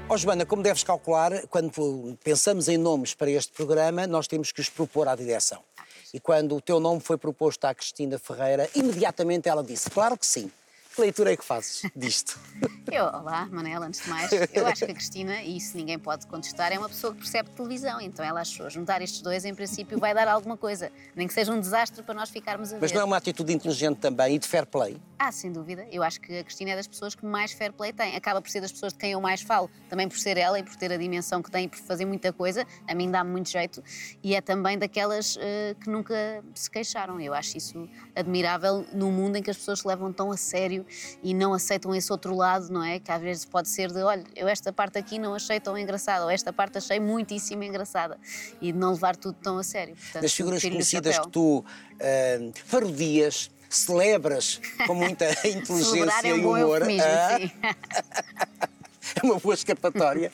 Ó Joana, como deves calcular, quando pensamos em nomes para este programa, nós temos que os propor à direção. E quando o teu nome foi proposto à Cristina Ferreira, imediatamente ela disse, claro que sim. Que leitura é que fazes disto? Olá, Manela, antes de mais, eu acho que a Cristina, e isso ninguém pode contestar, é uma pessoa que percebe televisão, então ela achou juntar estes dois, em princípio, vai dar alguma coisa, nem que seja um desastre para nós ficarmos a ver. Mas não é uma atitude inteligente também e de fair play? Sem dúvida. Eu acho que a Cristina é das pessoas que mais fair play tem. Acaba por ser das pessoas de quem eu mais falo, também por ser ela e por ter a dimensão que tem e por fazer muita coisa. A mim dá-me muito jeito. E é também daquelas que nunca se queixaram. Eu acho isso admirável num mundo em que as pessoas se levam tão a sério e não aceitam esse outro lado, não é? Que às vezes pode ser de, olha, eu esta parte aqui não achei tão engraçada, ou esta parte achei muitíssimo engraçada. E de não levar tudo tão a sério. Portanto, das figuras conhecidas que tu parodias, celebras com muita inteligência é um e bom humor. Eufemismo, sim. É uma boa escapatória.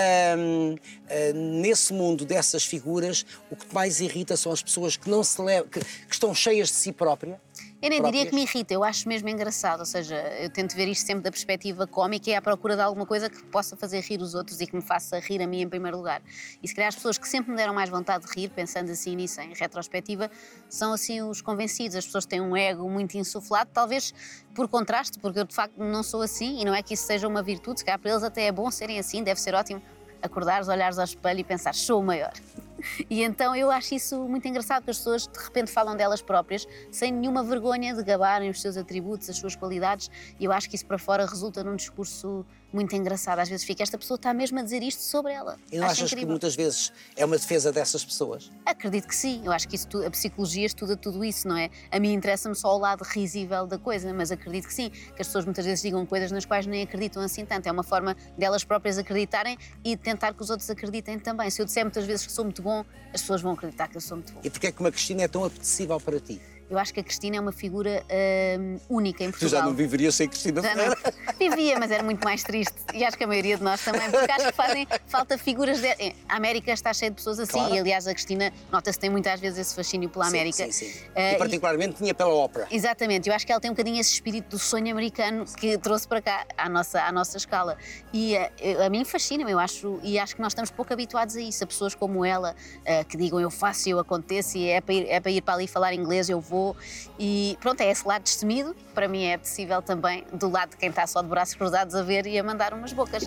Nesse mundo dessas figuras, o que mais irrita são as pessoas que não celebram, que estão cheias de si próprias. Eu nem diria que me irrita, eu acho mesmo engraçado, ou seja, eu tento ver isto sempre da perspectiva cómica e à procura de alguma coisa que possa fazer rir os outros e que me faça rir a mim em primeiro lugar. E se calhar as pessoas que sempre me deram mais vontade de rir, pensando assim nisso em retrospectiva, são assim os convencidos, as pessoas que têm um ego muito insuflado, talvez por contraste, porque eu de facto não sou assim e não é que isso seja uma virtude, se calhar para eles até é bom serem assim, deve ser ótimo acordares, olhares ao espelho e pensar, sou o maior. E então eu acho isso muito engraçado, que as pessoas de repente falam delas próprias sem nenhuma vergonha de gabarem os seus atributos, as suas qualidades, e eu acho que isso para fora resulta num discurso muito engraçado. Às vezes fica, esta pessoa está mesmo a dizer isto sobre ela. E não achas que muitas vezes é uma defesa dessas pessoas? Acredito que sim, eu acho que isso, a psicologia estuda tudo isso, não é? A mim interessa-me só o lado risível da coisa, mas acredito que sim, que as pessoas muitas vezes digam coisas nas quais nem acreditam assim tanto. É uma forma delas próprias acreditarem e de tentar que os outros acreditem também. Se eu disser muitas vezes que sou muito bom, as pessoas vão acreditar que eu sou muito bom. E porquê é que uma Cristina é tão apetecível para ti? Eu acho que a Cristina é uma figura única em Portugal. Tu já não viverias sem Cristina Ferreira? Vivia, mas era muito mais triste. E acho que a maioria de nós também, porque acho que fazem falta figuras... A América está cheia de pessoas assim, claro. E aliás a Cristina, nota-se, tem muitas vezes esse fascínio pela América. Sim. E particularmente tinha pela ópera. Exatamente, eu acho que ela tem um bocadinho esse espírito do sonho americano que trouxe para cá, à nossa escala. E a mim fascina-me, eu acho, e acho que nós estamos pouco habituados a isso, a pessoas como ela, que digam eu faço, eu aconteço, e é para ir para ali falar inglês, eu vou. E pronto, é esse lado destemido, para mim é apetecível também, do lado de quem está só de braços cruzados a ver e a mandar umas bocas.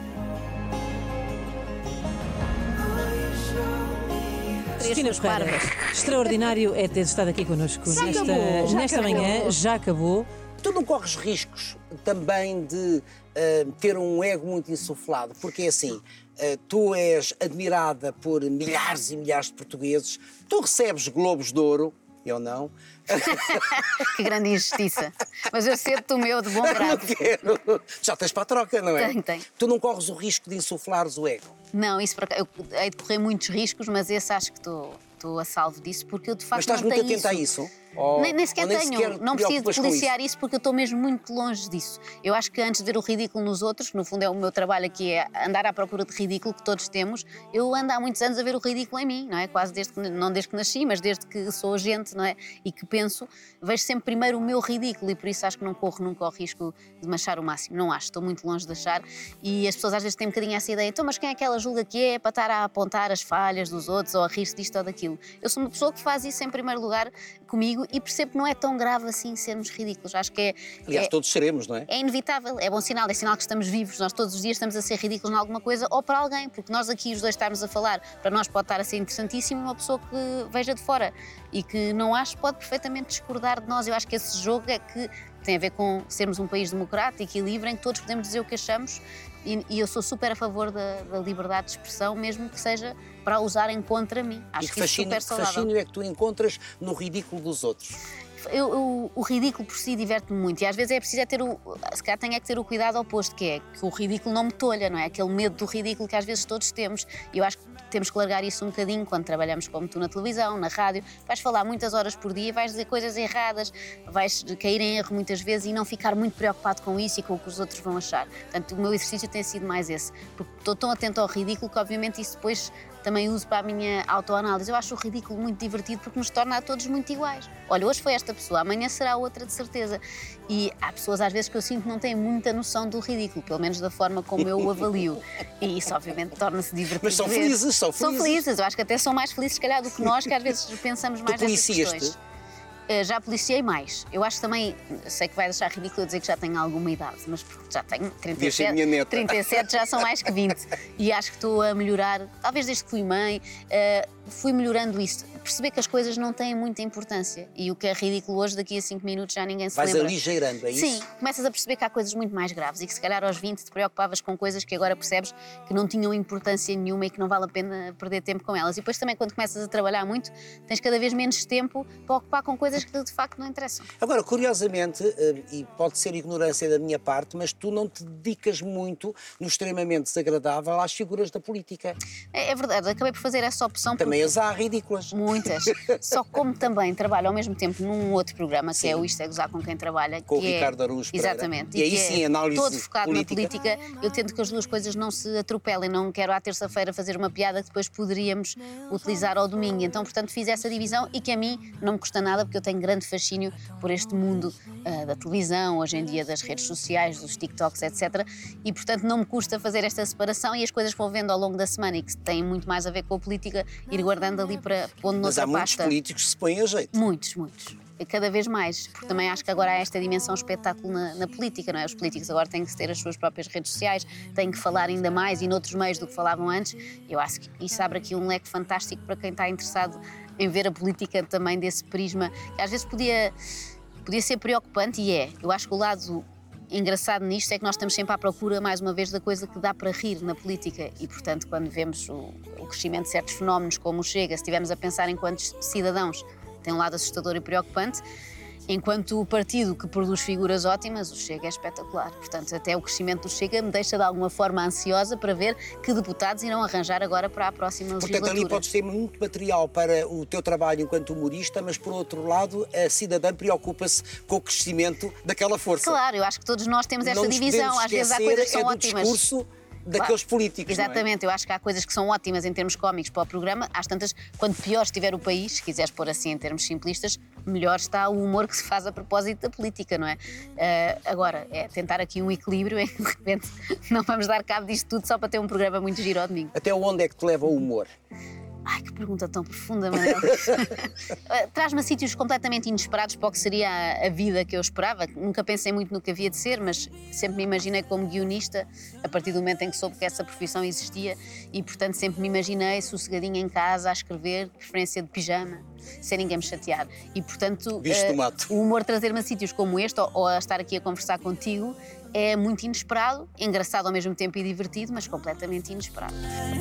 Cristina Ferreira, extraordinário é ter estado aqui connosco nesta manhã, já acabou. Tu não corres riscos também de ter um ego muito insuflado, porque é assim, tu és admirada por milhares e milhares de portugueses, tu recebes Globos de Ouro, eu não. Que grande injustiça. Mas eu cedo-te o meu de bom grado. Não quero. Já tens para a troca, não é? Tem. Tu não corres o risco de insuflares o ego? Não, isso para cá. Eu hei de correr muitos riscos, mas esse acho que estou a salvo disso, porque eu de facto não tenho isso. Mas estás muito atenta a isso? Nem sequer tenho, não preciso de policiar isso porque eu estou mesmo muito longe disso. Eu acho que antes de ver o ridículo nos outros, que no fundo é o meu trabalho aqui, é andar à procura de ridículo que todos temos, eu ando há muitos anos a ver o ridículo em mim, não é? Quase não desde que nasci, mas desde que sou gente, não é? E que penso, vejo sempre primeiro o meu ridículo e por isso acho que não corro nunca o risco de me achar o máximo. Não acho, estou muito longe de achar e as pessoas às vezes têm um bocadinho essa ideia, então mas quem é que ela julga que é para estar a apontar as falhas dos outros ou a rir-se disto ou daquilo? Eu sou uma pessoa que faz isso em primeiro lugar comigo e percebo que não é tão grave assim sermos ridículos. Acho que é... Aliás, todos seremos, não é? É inevitável, é bom sinal, é sinal que estamos vivos. Nós todos os dias estamos a ser ridículos em alguma coisa ou para alguém, porque nós aqui os dois estarmos a falar, para nós pode estar a ser interessantíssimo uma pessoa que veja de fora e que não acho pode perfeitamente discordar de nós. Eu acho que esse jogo é que tem a ver com sermos um país democrático e livre em que todos podemos dizer o que achamos e eu sou super a favor da liberdade de expressão, mesmo que seja para a usarem contra mim. Acho que isso é super saudável. Que fascínio é que tu encontras no ridículo dos outros? O ridículo por si diverte-me muito e às vezes é preciso se calhar tenho que ter o cuidado oposto, que é que o ridículo não me tolha, não é? Aquele medo do ridículo que às vezes todos temos e eu acho que temos que largar isso um bocadinho quando trabalhamos como tu na televisão, na rádio. Vais falar muitas horas por dia, vais dizer coisas erradas, vais cair em erro muitas vezes e não ficar muito preocupado com isso e com o que os outros vão achar. Portanto, o meu exercício tem sido mais esse, porque estou tão atento ao ridículo que obviamente isso depois também uso para a minha autoanálise. Eu acho o ridículo muito divertido porque nos torna a todos muito iguais. Olha, hoje foi esta pessoa, amanhã será outra de certeza. E há pessoas às vezes que eu sinto que não têm muita noção do ridículo, pelo menos da forma como eu o avalio. E isso obviamente torna-se divertido. Mas são felizes, são São felizes, eu acho que até são mais felizes se calhar do que nós, que às vezes pensamos mais nestas questões. Já policiei mais. Eu acho que também, sei que vai deixar ridículo eu dizer que já tenho alguma idade, mas já tenho 37, 37 já são mais que 20 e acho que estou a melhorar, talvez desde que fui mãe, fui melhorando isso. Perceber que as coisas não têm muita importância e o que é ridículo hoje, daqui a 5 minutos já ninguém se lembra. Vais aligeirando, é isso? Sim, começas a perceber que há coisas muito mais graves e que se calhar aos 20 te preocupavas com coisas que agora percebes que não tinham importância nenhuma e que não vale a pena perder tempo com elas. E depois também quando começas a trabalhar muito, tens cada vez menos tempo para ocupar com coisas que de facto não interessam. Agora, curiosamente, e pode ser ignorância da minha parte, mas tu não te dedicas muito, no extremamente desagradável, às figuras da política. É verdade, acabei por fazer essa opção. Também as há ridículas. Muitas. Só que como também trabalho ao mesmo tempo num outro programa, que é o Isto é Gozar com Quem Trabalha. Com o Ricardo Araújo Pereira. Exatamente. E aí sim, análise todo focado política. na política, eu tento que as duas coisas não se atropelem. Não quero à terça-feira fazer uma piada que depois poderíamos utilizar ao domingo. Então, portanto, fiz essa divisão e que a mim não me custa nada, porque eu tenho grande fascínio por este mundo da televisão, hoje em dia das redes sociais, dos TikToks, etc. E, portanto, não me custa fazer esta separação e as coisas que vou vendo ao longo da semana e que têm muito mais a ver com a política, ir guardando ali para onde Mas há muitos políticos que se põem a jeito. Muitos. Cada vez mais, porque também acho que agora há esta dimensão espetáculo na política, não é? Os políticos agora têm que ter as suas próprias redes sociais, têm que falar ainda mais e noutros meios do que falavam antes. Eu acho que isso abre aqui um leque fantástico para quem está interessado em ver a política também desse prisma, que às vezes podia ser preocupante e é. Eu acho que o lado engraçado nisto é que nós estamos sempre à procura, mais uma vez, da coisa que dá para rir na política e, portanto, quando vemos o crescimento de certos fenómenos como o Chega, se estivermos a pensar em quantos cidadãos tem um lado assustador e preocupante, enquanto o partido que produz figuras ótimas, o Chega é espetacular. Portanto, até o crescimento do Chega me deixa de alguma forma ansiosa para ver que deputados irão arranjar agora para a próxima legislatura. Portanto, ali podes ter muito material para o teu trabalho enquanto humorista, mas por outro lado, a cidadã preocupa-se com o crescimento daquela força. Claro, eu acho que todos nós temos esta divisão. Às vezes há coisas que são ótimas. Discurso daqueles políticos. Exatamente, eu acho que há coisas que são ótimas em termos cómicos para o programa, às tantas, quanto pior estiver o país, se quiseres pôr assim em termos simplistas, melhor está o humor que se faz a propósito da política, não é? Agora, é tentar aqui um equilíbrio em que de repente não vamos dar cabo disto tudo só para ter um programa muito giro ao domingo. Até onde é que te leva o humor? Ai, que pergunta tão profunda, Manel. Traz-me a sítios completamente inesperados para o que seria a vida que eu esperava. Nunca pensei muito no que havia de ser, mas sempre me imaginei como guionista, a partir do momento em que soube que essa profissão existia e, portanto, sempre me imaginei sossegadinha em casa, a escrever, de preferência de pijama, sem ninguém me chatear. E, portanto, o humor trazer-me a sítios como este, ou a estar aqui a conversar contigo, é muito inesperado, engraçado ao mesmo tempo e divertido, mas completamente inesperado.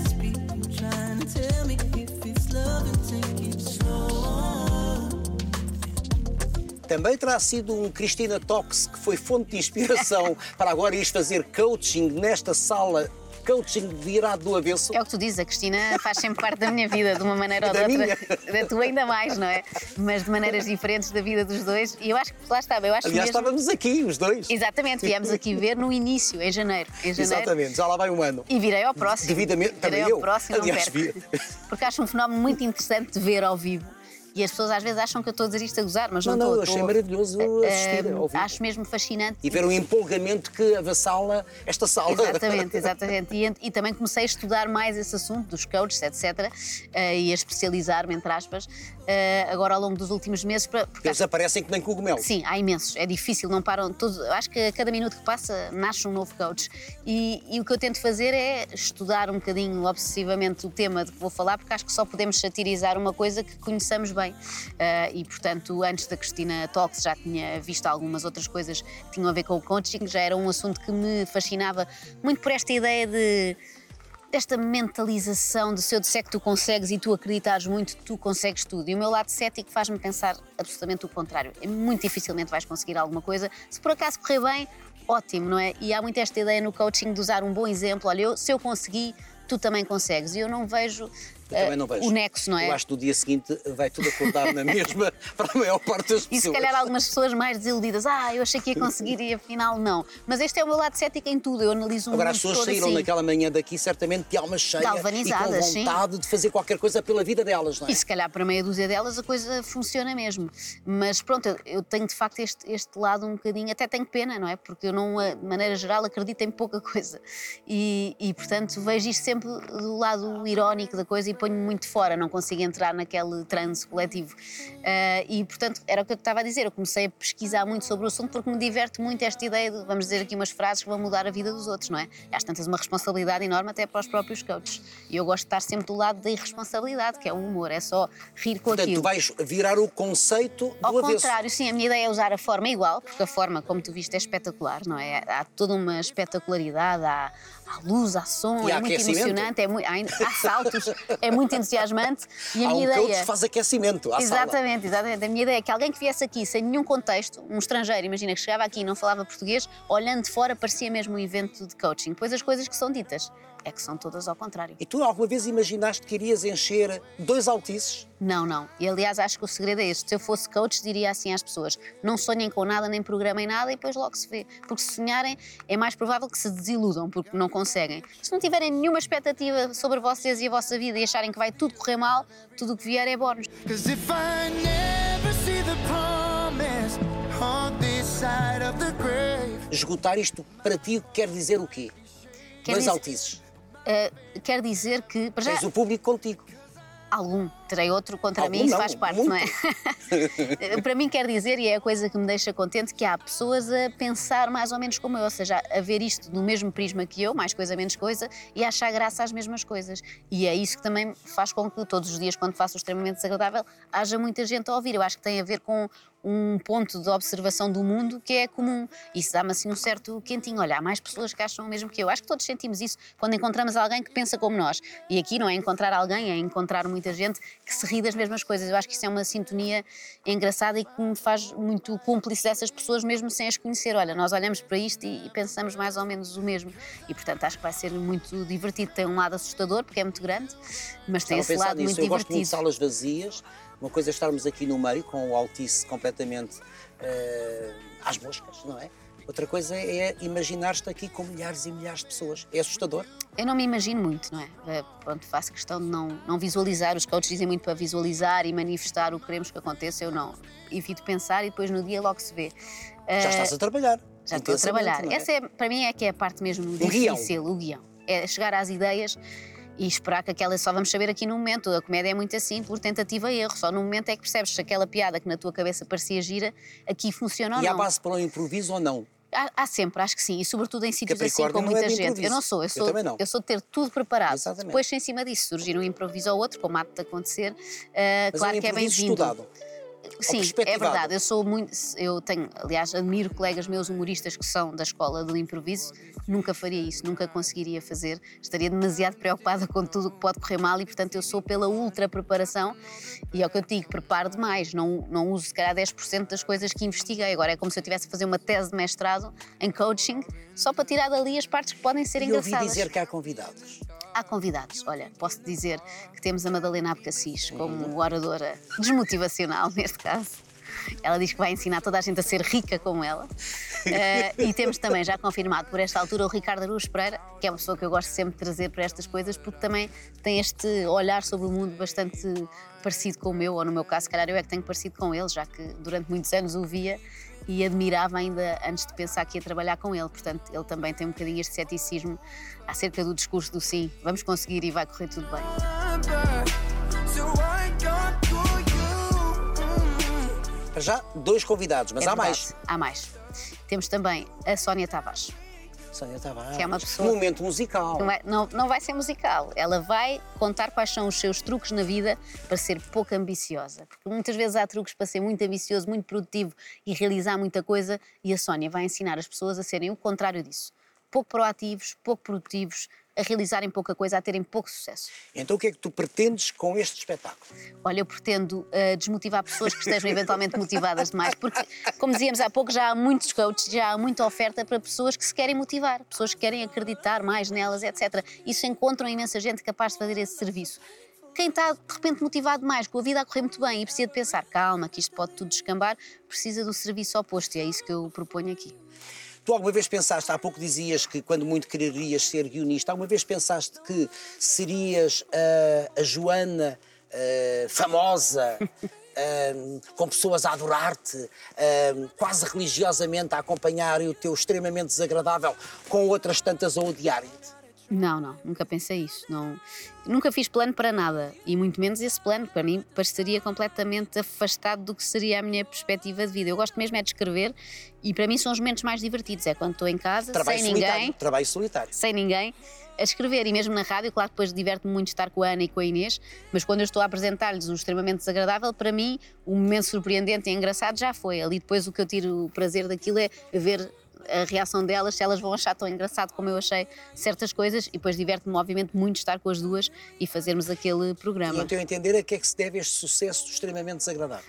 Também terá sido um Cristina Talks que foi fonte de inspiração para agora ires fazer coaching nesta sala, coaching virado do avesso. É o que tu dizes, a Cristina faz sempre parte da minha vida, de uma maneira ou de outra. Da tua ainda mais, não é? Mas de maneiras diferentes da vida dos dois. E eu acho que lá estava. Eu acho Aliás, mesmo... estávamos aqui, os dois. Exatamente, viemos aqui ver no início, em janeiro. Exatamente, já lá vai um ano. E virei ao próximo. Devidamente, também virei ao próximo, aliás, não perco. Porque acho um fenómeno muito interessante de ver ao vivo. E as pessoas às vezes acham que eu estou a dizer isto a gozar, mas não estou. Não, eu achei maravilhoso assistir ao vivo. Acho mesmo fascinante. E ver o empolgamento que avassala esta sala. Exatamente. E também comecei a estudar mais esse assunto dos coaches, etc. E a especializar-me, entre aspas, agora ao longo dos últimos meses. Porque eles aparecem que nem cogumelos. Sim, há imensos. É difícil, não param todos. Eu acho que a cada minuto que passa nasce um novo coach. E o que eu tento fazer é estudar um bocadinho obsessivamente o tema de que vou falar, porque acho que só podemos satirizar uma coisa que conheçamos bem. E, portanto, antes da Cristina Talks já tinha visto algumas outras coisas que tinham a ver com o coaching, já era um assunto que me fascinava muito por esta ideia desta mentalização de se eu disser que tu consegues e tu acreditares muito, tu consegues tudo. E o meu lado cético faz-me pensar absolutamente o contrário. Muito dificilmente vais conseguir alguma coisa. Se por acaso correr bem, ótimo, não é? E há muito esta ideia no coaching de usar um bom exemplo. Olha, se eu consegui, tu também consegues. E eu não vejo, também não vejo. o nexo, não é? Eu acho que no dia seguinte vai tudo acordar na mesma para a maior parte das pessoas. E se calhar algumas pessoas mais desiludidas, eu achei que ia conseguir e afinal não. Mas este é o meu lado cético em tudo, eu analiso um Agora, mundo as pessoas todo saíram assim. naquela manhã daqui certamente de alma cheia e com Galvanizadas, vontade de fazer qualquer coisa pela vida delas, não é? E se calhar para meia dúzia delas a coisa funciona mesmo. Mas pronto, eu tenho de facto este lado um bocadinho, até tenho pena, não é? Porque eu não, de maneira geral, acredito em pouca coisa. E portanto vejo isto sempre do lado irónico da coisa e ponho-me muito fora, não consigo entrar naquele transe coletivo. E portanto, era o que eu estava a dizer, eu comecei a pesquisar muito sobre o assunto porque me diverte muito esta ideia de, vamos dizer aqui umas frases que vão mudar a vida dos outros, não é? E às tantas uma responsabilidade enorme até para os próprios coaches. E eu gosto de estar sempre do lado da irresponsabilidade, que é o humor, é só rir com Portanto, aquilo. tu vais virar o conceito do Ao avesso. contrário, sim, a minha ideia é usar a forma igual, porque a forma, como tu viste, é espetacular, não é? Há toda uma espetacularidade, há luz, há som, E é há muito aquecimento. emocionante, há saltos, é muito entusiasmante. E a Há minha um coach ideia... que faz aquecimento à sala. Exatamente, exatamente. A minha ideia é que alguém que viesse aqui sem nenhum contexto, um estrangeiro, imagina que chegava aqui e não falava português, olhando de fora parecia mesmo um evento de coaching. Depois as coisas que são ditas é que são todas ao contrário. E tu alguma vez imaginaste que irias encher 2 altices? Não, não. E aliás acho que o segredo é este. Se eu fosse coach, diria assim às pessoas: não sonhem com nada, nem programem nada e depois logo se vê. Porque se sonharem é mais provável que se desiludam, porque não conseguem. Se não tiverem nenhuma expectativa sobre vocês e a vossa vida e acharem que vai tudo correr mal, tudo o que vier é bónus. Esgotar isto para ti quer dizer o quê? Quer 2 dizer- altices. Quer dizer que, para já, Tens o público contigo. algum, terei outro contra Algum mim, isso não, faz parte, muito. não é? Para mim quer dizer, e é a coisa que me deixa contente, que há pessoas a pensar mais ou menos como eu, ou seja, a ver isto no mesmo prisma que eu, mais coisa, menos coisa, e a achar graça às mesmas coisas. E é isso que também faz com que todos os dias, quando faço o extremamente desagradável, haja muita gente a ouvir. Eu acho que tem a ver com um ponto de observação do mundo que é comum. Isso dá-me assim um certo quentinho. Olha, há mais pessoas que acham o mesmo que eu. Acho que todos sentimos isso quando encontramos alguém que pensa como nós. E aqui não é encontrar alguém, é encontrar muita gente que se ri das mesmas coisas. Eu acho que isso é uma sintonia engraçada e que me faz muito cúmplice dessas pessoas mesmo sem as conhecer. Olha, nós olhamos para isto e pensamos mais ou menos o mesmo. E portanto acho que vai ser muito divertido. Tem um lado assustador porque é muito grande, mas tem esse Estava a pensar lado nisso. muito Eu gosto muito de divertido. salas vazias. Uma coisa é estarmos aqui no meio, com o altice completamente às moscas, não é? Outra coisa é imaginar-te aqui com milhares e milhares de pessoas. É assustador. Eu não me imagino muito, não é? Pronto, faço questão de não visualizar. Os coaches dizem muito para visualizar e manifestar o que queremos que aconteça. Eu não. Evito pensar e depois no dia logo se vê. Já estás a trabalhar. Já estou a trabalhar. não é? Essa é, para mim, é que é a parte mesmo guião. difícil, o guião. É chegar às ideias e esperar que aquela só vamos saber aqui no momento. A comédia é muito assim, por tentativa e erro. Só no momento é que percebes se aquela piada que na tua cabeça parecia gira, aqui funciona ou E há não. base para o improviso ou não? Há sempre, acho que sim, e sobretudo em sítios assim Capricórnio com não muita é de gente. improviso. Eu não sou, Eu também não. eu sou de ter tudo preparado. Exatamente. Depois, em cima disso, surgir um improviso ou outro, como há de acontecer, Mas claro é um que é improviso bem-vindo. estudado. Sim, é perspectivado. verdade. Eu tenho, aliás, admiro colegas meus humoristas que são da escola do improviso. Nunca faria isso, nunca conseguiria fazer. Estaria demasiado preocupada com tudo o que pode correr mal e, portanto, eu sou pela ultra preparação. E é o que eu te digo, preparo demais. Não uso, se calhar, 10% das coisas que investiguei. Agora é como se eu tivesse a fazer uma tese de mestrado em coaching, só para tirar dali as partes que podem ser E ouvi engraçadas. dizer que há convidados. Há convidados. Olha, posso dizer que temos a Madalena Abcacis como oradora desmotivacional, neste caso. Ela diz que vai ensinar toda a gente a ser rica como ela. E temos também, já confirmado por esta altura, o Ricardo Araújo Pereira, que é uma pessoa que eu gosto sempre de trazer para estas coisas, porque também tem este olhar sobre o mundo bastante parecido com o meu, ou no meu caso, se calhar eu é que tenho parecido com ele, já que durante muitos anos o via e admirava ainda antes de pensar que ia trabalhar com ele. Portanto, ele também tem um bocadinho este ceticismo acerca do discurso do sim, vamos conseguir e vai correr tudo bem. Para já, 2 convidados, mas É há verdade, mais. Há mais. Temos também a Sónia Tavares. Sónia Tavares. Que é uma pessoa- Um momento musical. Não vai ser musical. Ela vai contar quais são os seus truques na vida para ser pouco ambiciosa. Porque muitas vezes há truques para ser muito ambicioso, muito produtivo e realizar muita coisa. E a Sónia vai ensinar as pessoas a serem o contrário disso. Pouco proativos, pouco produtivos, a realizarem pouca coisa, a terem pouco sucesso. Então o que é que tu pretendes com este espetáculo? Olha, eu pretendo desmotivar pessoas que estejam eventualmente motivadas demais, porque, como dizíamos há pouco, já há muitos coaches, já há muita oferta para pessoas que se querem motivar, pessoas que querem acreditar mais nelas, etc. E se encontram imensa gente capaz de fazer esse serviço. Quem está, de repente, motivado mais, com a vida a correr muito bem e precisa de pensar, calma, que isto pode tudo descambar, precisa do serviço oposto, e é isso que eu proponho aqui. Tu alguma vez pensaste, há pouco dizias que quando muito querias ser guionista, alguma vez pensaste que serias a Joana famosa, com pessoas a adorar-te, quase religiosamente a acompanharem o teu extremamente desagradável, com outras tantas a odiarem-te? Não, nunca pensei isso. Não, nunca fiz plano para nada. E muito menos esse plano, para mim, pareceria completamente afastado do que seria a minha perspectiva de vida. Eu gosto mesmo é de escrever e para mim são os momentos mais divertidos. É quando estou em casa, Trabalho solitário. Sem ninguém, a escrever. E mesmo na rádio, claro que depois diverte-me muito estar com a Ana e com a Inês, mas quando eu estou a apresentar-lhes o extremamente desagradável, para mim, o momento surpreendente e engraçado já foi. Ali depois o que eu tiro o prazer daquilo é ver a reação delas, se elas vão achar tão engraçado como eu achei certas coisas, e depois diverte-me obviamente muito estar com as duas e fazermos aquele programa. E ao teu entender, a que é que se deve este sucesso extremamente desagradável?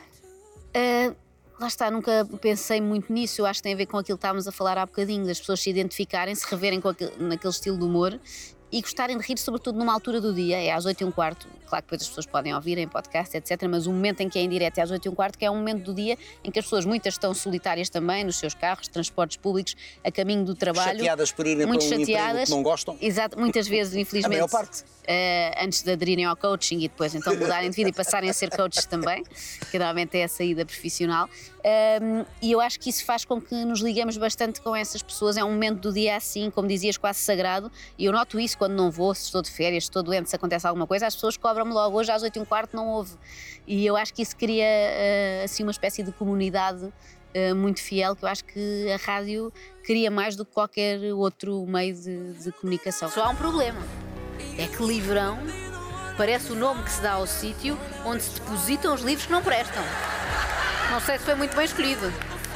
Lá está, nunca pensei muito nisso. Eu acho que tem a ver com aquilo que estávamos a falar há bocadinho, das pessoas se identificarem, se reverem naquele estilo de humor e gostarem de rir, sobretudo numa altura do dia, é às 8h15. Claro que depois as pessoas podem ouvir em podcast, etc. Mas o momento em que é em direto é às 8h15, que é um momento do dia em que as pessoas, muitas estão solitárias também, nos seus carros, transportes públicos, a caminho do trabalho. Chateadas por irem para um emprego que não gostam. Exato, muitas vezes, infelizmente. A maior parte. Antes de aderirem ao coaching e depois então mudarem de vida e passarem a ser coaches também, que normalmente é a saída profissional. E eu acho que isso faz com que nos liguemos bastante com essas pessoas. É um momento do dia assim, como dizias, quase sagrado, e eu noto isso quando não vou, se estou de férias, se estou doente, se acontece alguma coisa, as pessoas cobram-me logo, hoje às 8h15 não houve. E eu acho que isso cria assim uma espécie de comunidade muito fiel, que eu acho que a rádio cria mais do que qualquer outro meio de comunicação. Só há um problema, é que livrão parece o nome que se dá ao sítio onde se depositam os livros que não prestam. Não sei se foi muito bem escolhido.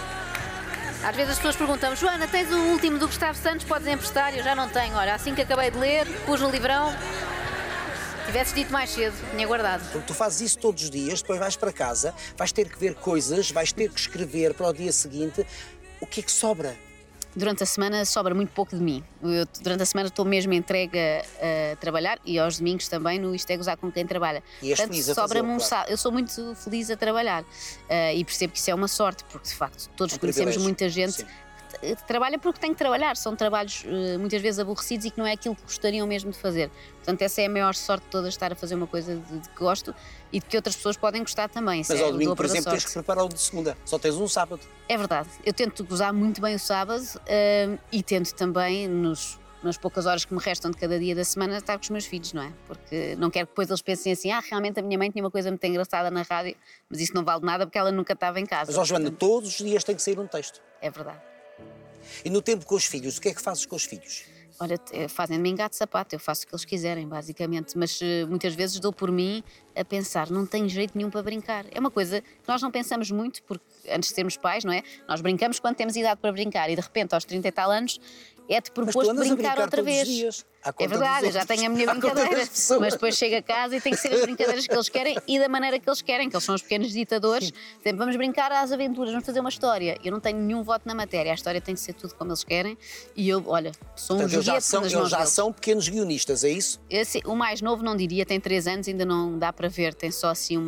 Às vezes as pessoas perguntam-me, Joana, tens o último do Gustavo Santos, podes emprestar? Eu já não tenho, olha, assim que acabei de ler, pus no livrão. Tivesses dito mais cedo, tinha guardado. Tu fazes isso todos os dias, depois vais para casa, vais ter que ver coisas, vais ter que escrever para o dia seguinte. O que é que sobra? Durante a semana sobra muito pouco de mim. Eu, durante a semana estou mesmo entregue a trabalhar e aos domingos também no Isto é Gozar com quem trabalha. E és feliz a fazê-lo, claro. Eu sou muito feliz a trabalhar e percebo que isso é uma sorte, porque de facto todos conhecemos muita gente que trabalha porque tem que trabalhar. São trabalhos muitas vezes aborrecidos e que não é aquilo que gostariam mesmo de fazer. Portanto, essa é a maior sorte de todas, estar a fazer uma coisa de que gosto e de que outras pessoas podem gostar também. Mas ao domingo, por exemplo, tens que preparar o de segunda. Só tens um sábado. É verdade. Eu tento gozar muito bem o sábado e tento também, nas poucas horas que me restam de cada dia da semana, estar com os meus filhos, não é? Porque não quero que depois eles pensem assim, realmente a minha mãe tinha uma coisa muito engraçada na rádio, mas isso não vale nada porque ela nunca estava em casa. Mas, Joana, todos os dias tem que sair um texto. É verdade. E no tempo com os filhos, o que é que fazes com os filhos? Olha, fazem-me engate de sapato, eu faço o que eles quiserem, basicamente, mas muitas vezes dou por mim a pensar, não tenho jeito nenhum para brincar. É uma coisa que nós não pensamos muito, porque antes de sermos pais, não é? Nós brincamos quando temos idade para brincar e de repente aos 30 e tal anos é-te proposto brincar outra vez. Dias, é verdade, eu já tenho a minha brincadeira, mas depois chego a casa e tem que ser as brincadeiras que eles querem e da maneira que eles querem, que eles são os pequenos ditadores. Sempre vamos brincar às aventuras, vamos fazer uma história. Eu não tenho nenhum voto na matéria, a história tem que ser tudo como eles querem e eu, olha, sou um joguete das mãos deles. Eles já são pequenos guionistas, é isso? O mais novo não diria, tem 3 anos, ainda não dá para ver, tem só assim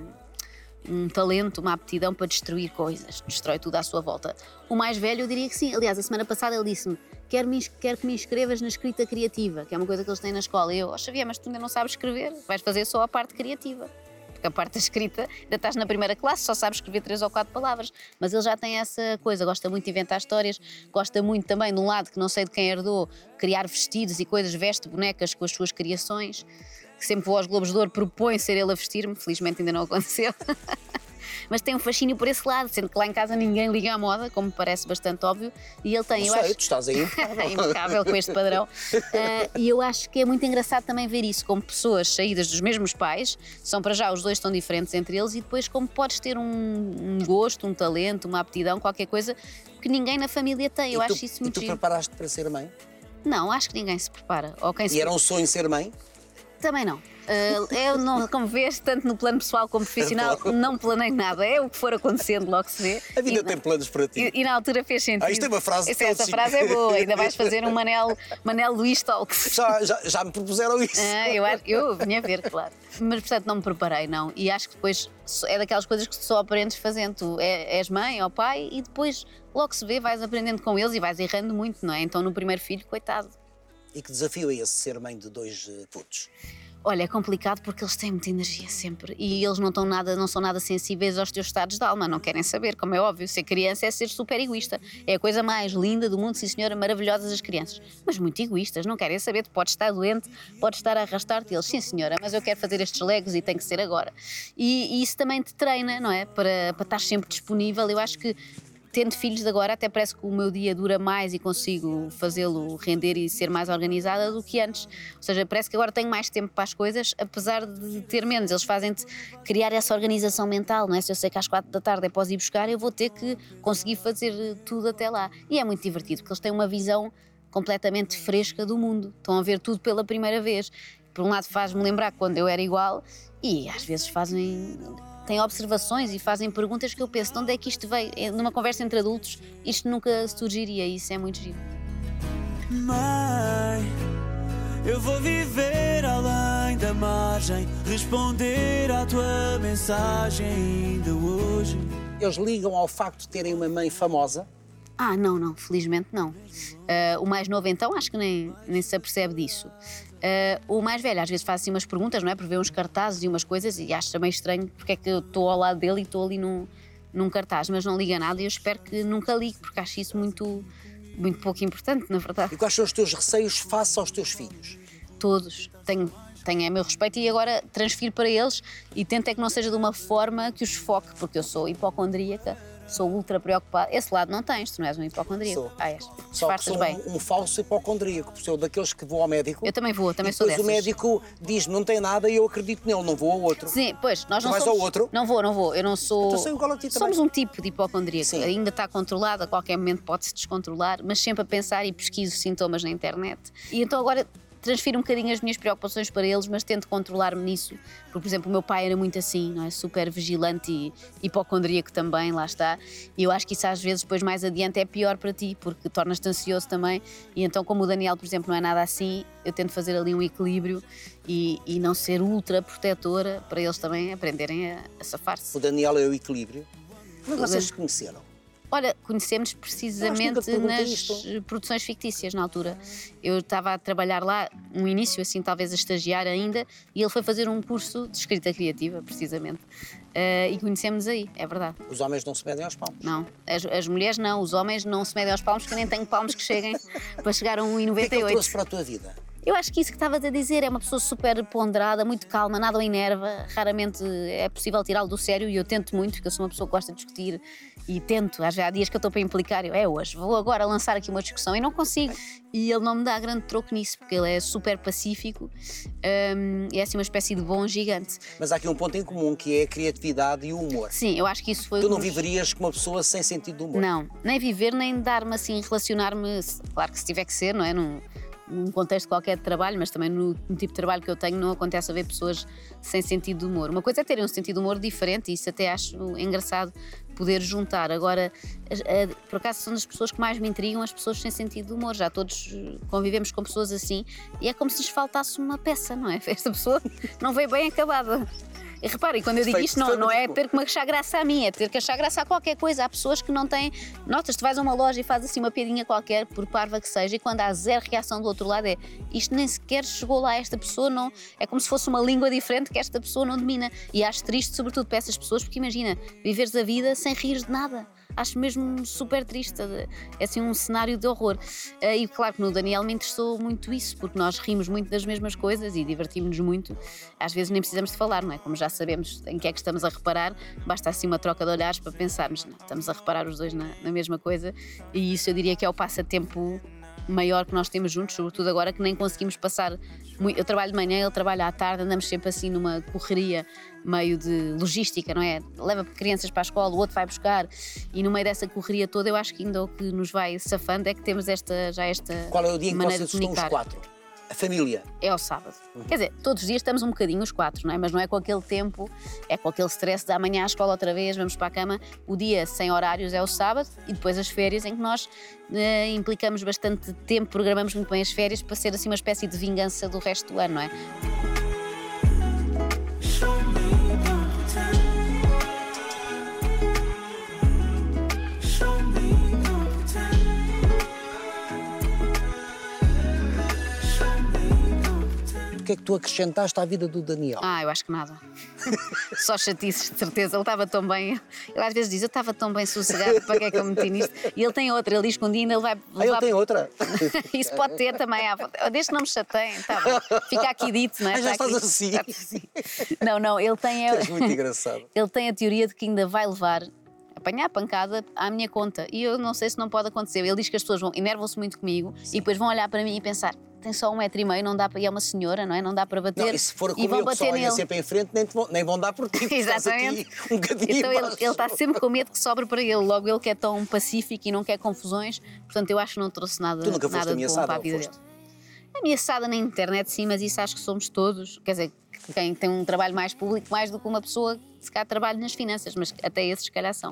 um talento, uma aptidão para destruir coisas, destrói tudo à sua volta. O mais velho eu diria que sim, aliás, a semana passada ele disse-me quero que me inscrevas na escrita criativa, que é uma coisa que eles têm na escola. E eu, Xavier, mas tu ainda não sabes escrever, vais fazer só a parte criativa. Porque a parte da escrita, ainda estás na primeira classe, só sabes escrever 3 ou 4 palavras. Mas ele já tem essa coisa, gosta muito de inventar histórias, gosta muito também, de um lado que não sei de quem herdou, criar vestidos e coisas, veste bonecas com as suas criações. Sempre vou aos Globos de Ouro, propõe ser ele a vestir-me, felizmente ainda não aconteceu. Mas tem um fascínio por esse lado, sendo que lá em casa ninguém liga à moda, como me parece bastante óbvio, e ele tem, não sei, tu estás aí impecável com este padrão, e eu acho que é muito engraçado também ver isso, como pessoas saídas dos mesmos pais, são para já, os dois estão diferentes entre eles, e depois como podes ter um gosto, um talento, uma aptidão, qualquer coisa que ninguém na família tem, eu acho isso muito giro. E tu preparaste para ser mãe? Não, acho que ninguém se prepara. Ou quem E era um sonho ser mãe? Também não. Eu, não, como vês, tanto no plano pessoal como profissional, não planei nada. É o que for acontecendo, logo se vê. A vida tem planos para ti. E na altura fez sentido. Isto é uma frase de Essa frase é boa. Ainda vais fazer um Manel Luís Talks. Já me propuseram isso. Eu vinha ver, claro. Mas, portanto, não me preparei, não. E acho que depois é daquelas coisas que só aprendes fazendo. Tu és mãe ou pai e depois, logo se vê, vais aprendendo com eles e vais errando muito, não é? Então, no primeiro filho, coitado. E que desafio é esse, ser mãe de 2 putos? Olha, é complicado porque eles têm muita energia sempre e eles não são nada sensíveis aos teus estados de alma, não querem saber, como é óbvio. Ser criança é ser super egoísta. É a coisa mais linda do mundo, sim senhora, maravilhosas as crianças. Mas muito egoístas, não querem saber. Tu podes estar doente, podes estar a arrastar-te. Eles, sim senhora, mas eu quero fazer estes legos e tem que ser agora. E isso também te treina, não é? Para estar sempre disponível. Eu acho que tendo filhos de agora, até parece que o meu dia dura mais e consigo fazê-lo render e ser mais organizada do que antes. Ou seja, parece que agora tenho mais tempo para as coisas, apesar de ter menos. Eles fazem-te criar essa organização mental, não é? Se eu sei que às 4 da tarde é para os ir buscar, eu vou ter que conseguir fazer tudo até lá. E é muito divertido, porque eles têm uma visão completamente fresca do mundo. Estão a ver tudo pela primeira vez. Por um lado faz-me lembrar quando eu era igual e às vezes têm observações e fazem perguntas que eu penso, de onde é que isto veio? Numa conversa entre adultos, isto nunca surgiria e isso é muito giro. Mãe, eu vou viver além da margem, responder à tua mensagem ainda hoje. Eles ligam ao facto de terem uma mãe famosa? Não, felizmente não. O mais novo então acho que nem se apercebe disso. O mais velho às vezes faz assim umas perguntas, não é? Por ver uns cartazes e umas coisas e acha meio estranho porque é que eu estou ao lado dele e estou ali num cartaz, mas não liga nada e eu espero que nunca ligue, porque acho isso muito pouco importante, na verdade. E quais são os teus receios face aos teus filhos? Todos. Tenho meu respeito e agora transfiro para eles e tento é que não seja de uma forma que os foque, porque eu sou hipocondríaca, sou ultra preocupada. Esse lado não tens, tu não és um hipocondríaco. Sou. És. Só que sou bem. um falso hipocondríaco, porque sou daqueles que vou ao médico. Eu também vou, também e sou depois dessas. o médico diz-me não tem nada e eu acredito nele, não vou ao outro. Sim, pois, nós Tu não vais somos... ao outro? Não vou, eu não sou... Então sou igual a ti também. Somos um tipo de hipocondríaco, Sim. ainda está controlado, a qualquer momento pode-se descontrolar, mas sempre a pensar e pesquiso sintomas na internet. E então agora transfiro um bocadinho as minhas preocupações para eles, mas tento controlar-me nisso. Porque, por exemplo, o meu pai era muito assim, não é? Super vigilante e hipocondríaco também, lá está. E eu acho que isso às vezes depois mais adiante é pior para ti, porque tornas-te ansioso também. E então, como o Daniel, por exemplo, não é nada assim, eu tento fazer ali um equilíbrio e não ser ultra protetora para eles também aprenderem a safar-se. O Daniel é o equilíbrio. Mas vocês se conheceram? Olha, conhecemos precisamente nas isto. produções fictícias, na altura. Eu estava a trabalhar lá, um início, assim, talvez a estagiar ainda, e ele foi fazer um curso de escrita criativa, precisamente. E conhecemos aí, é verdade. Os homens não se medem aos palmos. Não, as mulheres não, os homens não se medem aos palmos, que eu nem tenho palmos que cheguem para chegar a O que é que ele 1,98. trouxe para a tua vida? Eu acho que isso que estavas a dizer é uma pessoa super ponderada, muito calma, nada o enerva, raramente é possível tirá-lo do sério e eu tento muito, porque eu sou uma pessoa que gosta de discutir e tento, às vezes há dias que eu estou para implicar, hoje, vou agora lançar aqui uma discussão e não consigo. E ele não me dá grande troco nisso, porque ele é super pacífico e é assim uma espécie de bom gigante. Mas há aqui um ponto em comum, que é a criatividade e o humor. Sim, eu acho que isso foi... Tu não viverias com uma pessoa sem sentido de humor? Não, nem viver, nem dar-me assim, relacionar-me, claro que se tiver que ser, não é? Num contexto qualquer de trabalho, mas também no tipo de trabalho que eu tenho não acontece haver pessoas sem sentido de humor. Uma coisa é terem um sentido de humor diferente e isso até acho engraçado poder juntar. Agora, por acaso são das pessoas que mais me intrigam as pessoas sem sentido de humor. Já todos convivemos com pessoas assim e é como se lhes faltasse uma peça, não é? Esta pessoa não veio bem acabada. E reparem, quando eu digo isto, não é ter que me achar graça a mim, é ter que achar graça a qualquer coisa. Há pessoas que não têm. Notas, tu vais a uma loja e fazes assim uma piadinha qualquer, por parva que seja, e quando há zero reação do outro lado isto nem sequer chegou lá, esta pessoa não. É como se fosse uma língua diferente que esta pessoa não domina. E acho triste, sobretudo para essas pessoas, porque imagina, viveres a vida sem rir de nada. Acho mesmo super triste, é assim um cenário de horror. E claro que no Daniel me interessou muito isso, porque nós rimos muito das mesmas coisas e divertimos-nos muito. Às vezes nem precisamos de falar, não é? Como já sabemos em que é que estamos a reparar, basta assim uma troca de olhares para pensarmos, não, estamos a reparar os dois na mesma coisa e isso eu diria que é o passatempo maior que nós temos juntos, sobretudo agora que nem conseguimos passar. Eu trabalho de manhã, ele trabalha à tarde, andamos sempre assim numa correria meio de logística, não é? Leva crianças para a escola, o outro vai buscar, e no meio dessa correria toda, eu acho que ainda o que nos vai safando é que temos esta Qual é o dia em que maneira vocês de estão os comunicar. 4? A família? É ao sábado. Quer dizer, todos os dias estamos um bocadinho os 4, não é? Mas não é com aquele tempo, é com aquele stress de amanhã à escola outra vez, vamos para a cama. O dia sem horários é o sábado e depois as férias, em que nós implicamos bastante tempo, programamos muito bem as férias para ser assim uma espécie de vingança do resto do ano, não é? O que é que tu acrescentaste à vida do Daniel? Eu acho que nada. Só chatices, de certeza. Ele estava tão bem. Ele às vezes diz: eu estava tão bem sossegado, para que é que eu me meti nisto? E ele tem outra, ele diz que um dia ainda ele vai levar. Ele tem outra? Isso pode ter também. Desde que não me chateiem, tá bom. Fica aqui dito, não é? Já Está estás aqui. assim. Está assim. Não, ele tem. És muito engraçado. Ele tem a teoria de que ainda vai levar. Apanhar pancada à minha conta. E eu não sei se não pode acontecer. Ele diz que as pessoas enervam-se muito comigo e depois vão olhar para mim e pensar: tem só 1,5 m, não dá para ir, é uma senhora, não é? Não dá para bater. Não, e se for e como vão eu, que só bater olha nele. sempre em frente, nem vão dar por ti. Estás Exatamente. aqui um bocadinho Então embaixo. ele está sempre com medo que sobre para ele. Logo ele que é tão pacífico e não quer confusões. Portanto, eu acho que não trouxe nada, Tu nunca foste nada de bom ameaçada, para a ou vida foste? dele. Ameaçada na internet, sim, mas isso acho que somos todos. Quer dizer, quem tem um trabalho mais público, mais do que uma pessoa que se calhar trabalha nas finanças, mas até esses se calhar são.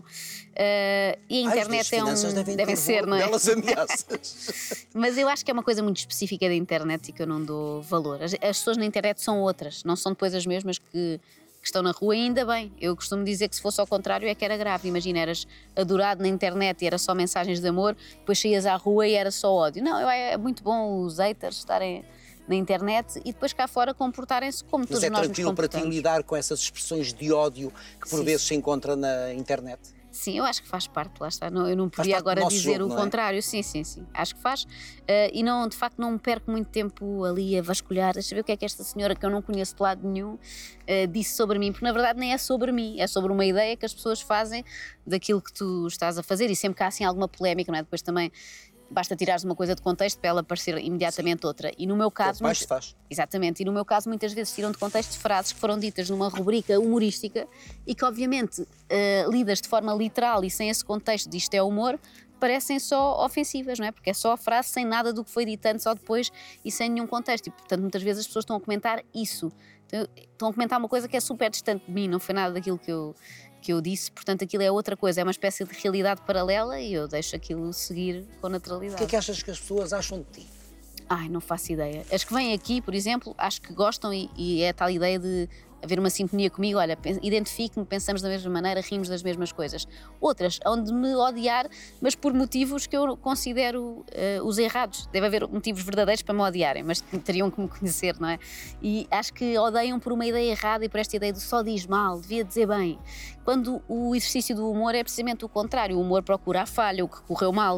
E a internet é um. Devem ser, não é? Belas ameaças. Mas eu acho que é uma coisa muito específica da internet e que eu não dou valor. As pessoas na internet são outras, não são depois as mesmas que estão na rua, e ainda bem. Eu costumo dizer que se fosse ao contrário é que era grave. Imagina, eras adorado na internet e era só mensagens de amor, depois saías à rua e era só ódio. Não, é muito bom os haters estarem na internet e depois cá fora comportarem-se como todos Mas é nós nos tranquilo para ti comportamos. lidar com essas expressões de ódio que por Sim. vezes se encontra na internet? Sim, eu acho que faz parte, lá está. Eu não podia parte do agora nosso dizer jogo, o não é? contrário. Sim, acho que faz. E não, de facto não me perco muito tempo ali a vasculhar, a saber o que é que esta senhora, que eu não conheço de lado nenhum, disse sobre mim, porque na verdade nem é sobre mim, é sobre uma ideia que as pessoas fazem daquilo que tu estás a fazer, e sempre que há assim alguma polémica, não é? Depois também basta tirares uma coisa de contexto para ela parecer imediatamente outra. E no meu caso... Mais se faz. Exatamente, e no meu caso muitas vezes tiram de contexto frases que foram ditas numa rubrica humorística e que obviamente lidas de forma literal e sem esse contexto de isto é humor, parecem só ofensivas, não é? Porque é só a frase sem nada do que foi dito antes ou depois e sem nenhum contexto. E portanto muitas vezes as pessoas estão a comentar isso. Estão a comentar uma coisa que é super distante de mim, não foi nada daquilo que eu disse, portanto aquilo é outra coisa, é uma espécie de realidade paralela e eu deixo aquilo seguir com naturalidade. O que é que achas que as pessoas acham de ti? Não faço ideia. As que vêm aqui, por exemplo, acho que gostam e é a tal ideia de haver uma sintonia comigo, olha, identifico-me, pensamos da mesma maneira, rimos das mesmas coisas. Outras, onde me odiar, mas por motivos que eu considero os errados. Deve haver motivos verdadeiros para me odiarem, mas teriam que me conhecer, não é? E acho que odeiam por uma ideia errada e por esta ideia de só diz mal, devia dizer bem. Quando o exercício do humor é precisamente o contrário. O humor procura a falha, o que correu mal.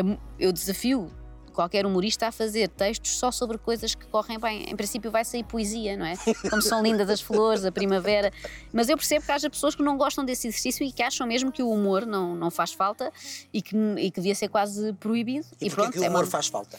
Eu desafio qualquer humorista a fazer textos só sobre coisas que correm bem. Em princípio vai sair poesia, não é? Como são lindas as flores, a primavera. Mas eu percebo que haja pessoas que não gostam desse exercício e que acham mesmo que o humor não faz falta e que devia ser quase proibido. E porquê que o humor faz falta?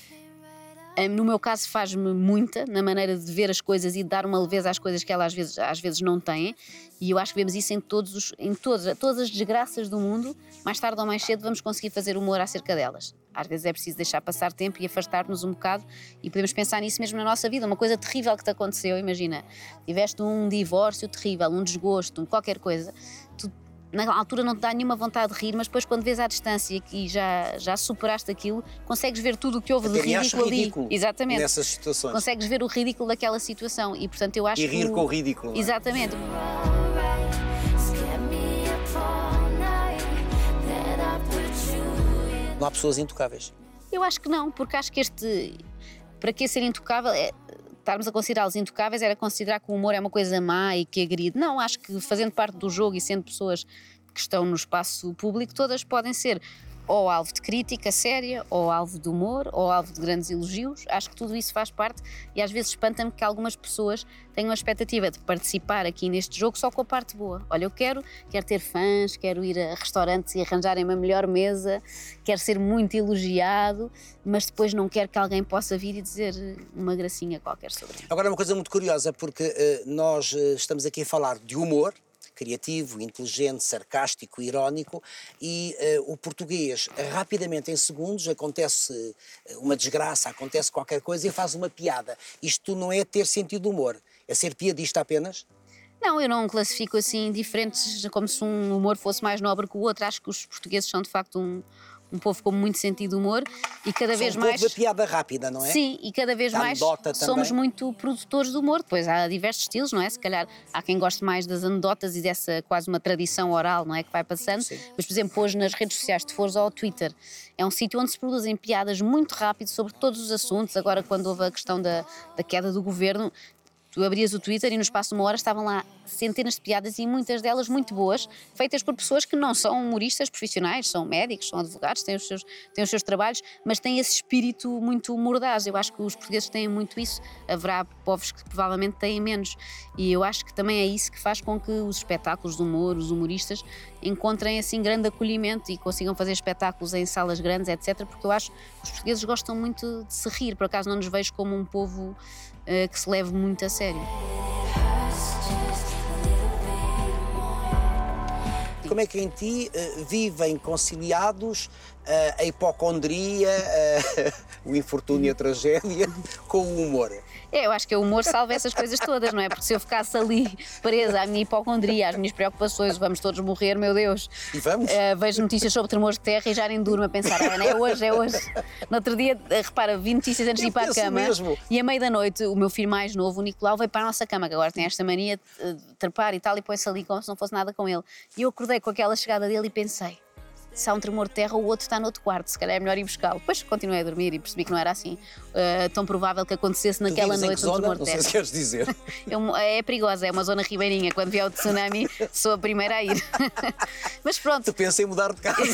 No meu caso faz-me muita na maneira de ver as coisas e de dar uma leveza às coisas que ela às vezes não têm, e eu acho que vemos isso em todas as desgraças do mundo. Mais tarde ou mais cedo vamos conseguir fazer humor acerca delas. Às vezes é preciso deixar passar tempo e afastar-nos um bocado e podemos pensar nisso mesmo na nossa vida. Uma coisa terrível que te aconteceu, imagina, tiveste um divórcio terrível, um desgosto, qualquer coisa, tu na altura não te dá nenhuma vontade de rir, mas depois quando vês à distância e já superaste aquilo, consegues ver tudo o que houve de ridículo ali. Ridículo. Exatamente. Nessas situações. Consegues ver o ridículo daquela situação e portanto eu acho E rir que com o ridículo. Não é? Exatamente. Não há pessoas intocáveis. Eu acho que não, porque acho que para que ser intocável, estarmos a considerá-los intocáveis era considerar que o humor é uma coisa má e que agride. Não, acho que fazendo parte do jogo e sendo pessoas que estão no espaço público, todas podem ser ou alvo de crítica séria, ou alvo de humor, ou alvo de grandes elogios. Acho que tudo isso faz parte e às vezes espanta-me que algumas pessoas tenham a expectativa de participar aqui neste jogo só com a parte boa. Olha, eu quero ter fãs, quero ir a restaurantes e arranjarem uma melhor mesa, quero ser muito elogiado, mas depois não quero que alguém possa vir e dizer uma gracinha qualquer sobre mim. Agora, uma coisa muito curiosa, porque nós estamos aqui a falar de humor, criativo, inteligente, sarcástico, irónico, e o português, rapidamente, em segundos, acontece uma desgraça, acontece qualquer coisa e faz uma piada. Isto não é ter sentido de humor, é ser piadista apenas? Não, eu não classifico assim diferentes, como se um humor fosse mais nobre que o outro. Acho que os portugueses são, de facto, um povo com muito sentido de humor e cada vez mais... São um povo da piada rápida, não é? Sim, e cada vez mais somos muito produtores de humor. Depois há diversos estilos, não é? Se calhar há quem goste mais das anedotas e dessa quase uma tradição oral, não é? Que vai passando. Sim. Mas, por exemplo, hoje nas redes sociais, se fores ao Twitter, é um sítio onde se produzem piadas muito rápido sobre todos os assuntos. Agora, quando houve a questão da queda do governo, tu abrias o Twitter e no espaço de uma hora estavam lá centenas de piadas e muitas delas muito boas, feitas por pessoas que não são humoristas profissionais, são médicos, são advogados, têm os seus trabalhos, mas têm esse espírito muito mordaz. Eu acho que os portugueses têm muito isso. Haverá povos que provavelmente têm menos. E eu acho que também é isso que faz com que os espetáculos de humor, os humoristas, encontrem assim grande acolhimento e consigam fazer espetáculos em salas grandes, etc. Porque eu acho que os portugueses gostam muito de se rir. Por acaso não nos vejo como um povo que se leve muito a sério. Como é que em ti vivem conciliados a hipocondria, o infortúnio e a tragédia com o humor? Eu acho que o humor salva essas coisas todas, não é? Porque se eu ficasse ali presa à minha hipocondria, às minhas preocupações, vamos todos morrer, meu Deus. E vamos? Vejo notícias sobre tremores de terra e já nem durmo a pensar, é hoje. No outro dia, repara, vi notícias antes de ir para a cama mesmo. E à meia da noite o meu filho mais novo, o Nicolau, veio para a nossa cama, que agora tem esta mania de trepar e tal, e põe-se ali como se não fosse nada com ele. E eu acordei com aquela chegada dele e pensei, se há um tremor de terra, o outro está no outro quarto, se calhar é melhor ir buscá-lo. Depois continuei a dormir e percebi que não era assim tão provável que acontecesse naquela noite um tremor de terra. Não sei se queres dizer. É perigosa, é uma zona ribeirinha. Quando vier o tsunami, sou a primeira a ir. Mas pronto. Tu pensa em mudar de casa.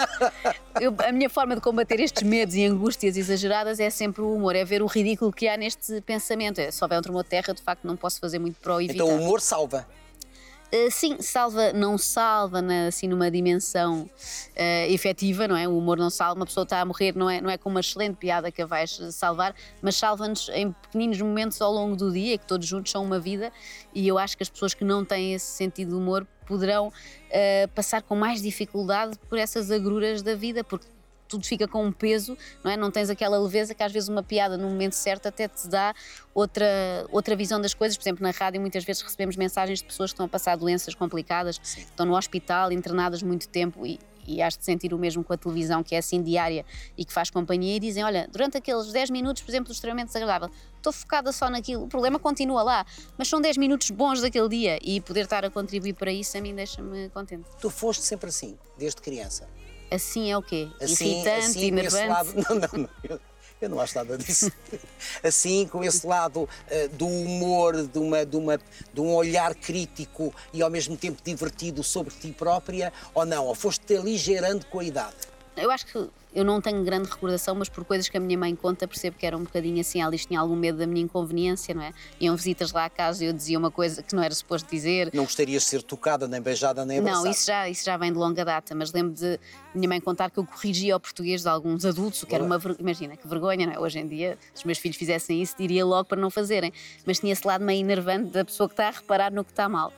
A minha forma de combater estes medos e angústias exageradas é sempre o humor, é ver o ridículo que há neste pensamento. Se houver um tremor de terra, de facto, não posso fazer muito para o evitar. Então o humor salva. Sim, salva, não salva assim numa dimensão efetiva, não é? O humor não salva, uma pessoa está a morrer, não é com uma excelente piada que a vais salvar, mas salva-nos em pequeninos momentos ao longo do dia, que todos juntos são uma vida, e eu acho que as pessoas que não têm esse sentido de humor poderão passar com mais dificuldade por essas agruras da vida, porque tudo fica com um peso, não é? Não tens aquela leveza que às vezes uma piada no momento certo até te dá outra visão das coisas. Por exemplo, na rádio muitas vezes recebemos mensagens de pessoas que estão a passar doenças complicadas, que estão no hospital, internadas muito tempo e has de sentir o mesmo com a televisão, que é assim diária e que faz companhia, e dizem, olha, durante aqueles 10 minutos, por exemplo, extremamente desagradável, estou focada só naquilo, o problema continua lá, mas são 10 minutos bons daquele dia e poder estar a contribuir para isso a mim deixa-me contente. Tu foste sempre assim, desde criança? Assim é o quê? Assim, irritante, enervante? Lado, não. Eu não acho nada disso. Assim, com esse lado do humor, de um olhar crítico e ao mesmo tempo divertido sobre ti própria, ou não? Ou foste-te aligeirando com a idade? Eu acho que eu não tenho grande recordação, mas por coisas que a minha mãe conta percebo que era um bocadinho assim, ela tinha algum medo da minha inconveniência, não é? Iam visitas lá à casa e eu dizia uma coisa que não era suposto dizer. Não gostarias de ser tocada, nem beijada, nem abraçada? Não, isso já vem de longa data, mas lembro de minha mãe contar que eu corrigia o português de alguns adultos, o que era uma vergonha. Imagina, que vergonha, não é? Hoje em dia, se os meus filhos fizessem isso, diria logo para não fazerem. Mas tinha esse lado meio enervante da pessoa que está a reparar no que está mal.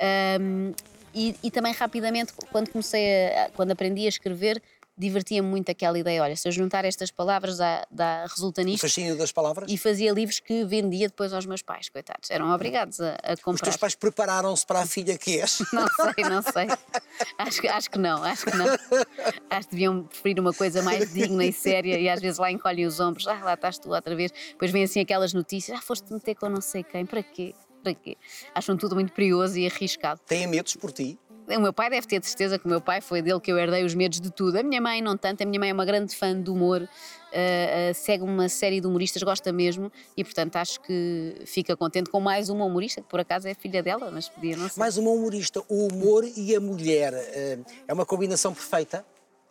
E também rapidamente, quando aprendi a escrever, divertia-me muito aquela ideia, olha, se eu juntar estas palavras resulta nisto. O fascínio das palavras? E fazia livros que vendia depois aos meus pais, coitados. Eram obrigados a comprar. Os teus pais prepararam-se para a filha que és? Não sei. Acho que não. Acho que deviam preferir uma coisa mais digna e séria e às vezes lá encolhem os ombros. Lá estás tu outra vez. Depois vêm assim aquelas notícias, foste meter com não sei quem, para quê? Acham tudo muito perigoso e arriscado. Têm medos por ti? O meu pai deve ter certeza que o meu pai foi dele que eu herdei os medos de tudo. A minha mãe não tanto, a minha mãe é uma grande fã do humor, segue uma série de humoristas, gosta mesmo e portanto acho que fica contente com mais uma humorista, que por acaso é filha dela, mas podia não ser. Mais uma humorista, o humor e a mulher, é uma combinação perfeita?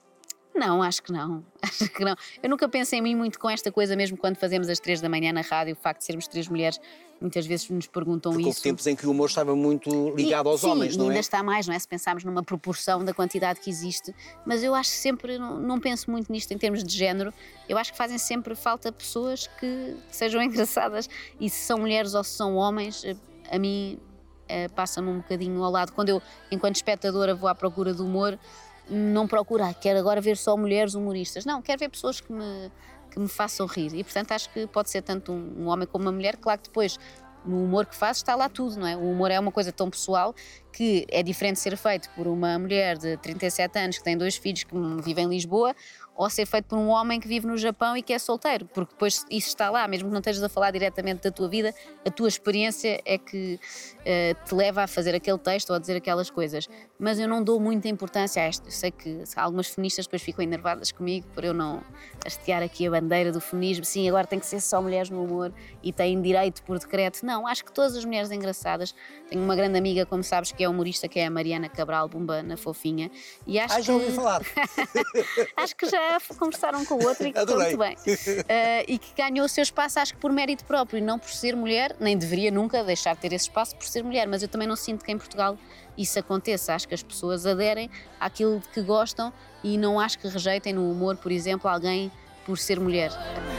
Não, acho que não. Acho que não. Eu nunca pensei em mim muito com esta coisa, mesmo quando fazemos às 3 da manhã na rádio, o facto de sermos 3 mulheres, muitas vezes nos perguntam Porque houve isso. tempos em que o humor estava muito ligado aos homens, não é? Sim, ainda está mais, não é? Se pensarmos numa proporção da quantidade que existe. Mas eu acho sempre, não penso muito nisto em termos de género, eu acho que fazem sempre falta pessoas que sejam engraçadas. E se são mulheres ou se são homens, a mim passa-me um bocadinho ao lado. Quando eu, enquanto espectadora, vou à procura do humor, não procuro, quero agora ver só mulheres humoristas. Não, quero ver pessoas que me façam rir. E, portanto, acho que pode ser tanto um homem como uma mulher. Claro que depois, no humor que faz, está lá tudo, não é? O humor é uma coisa tão pessoal que é diferente ser feito por uma mulher de 37 anos que tem 2 filhos que vivem em Lisboa ou ser feito por um homem que vive no Japão e que é solteiro, porque depois isso está lá, mesmo que não estejas a falar diretamente da tua vida, a tua experiência é que te leva a fazer aquele texto ou a dizer aquelas coisas. Mas eu não dou muita importância a isto. Eu sei que algumas feministas depois ficam enervadas comigo por eu não hastear aqui a bandeira do feminismo. Sim, agora tem que ser só mulheres no humor e têm direito por decreto. Não, acho que todas as mulheres engraçadas. Tenho uma grande amiga, como sabes, que é humorista, que é a Mariana Cabral Bumba, na Fofinha. E acho já ouvi falar. acho que já conversaram com o outro e que ficou muito bem. E que ganhou o seu espaço, acho que por mérito próprio e não por ser mulher, nem deveria nunca deixar de ter esse espaço por ser mulher, mas eu também não sinto que em Portugal isso aconteça. Acho que as pessoas aderem àquilo de que gostam e não acho que rejeitem no humor, por exemplo, alguém por ser mulher.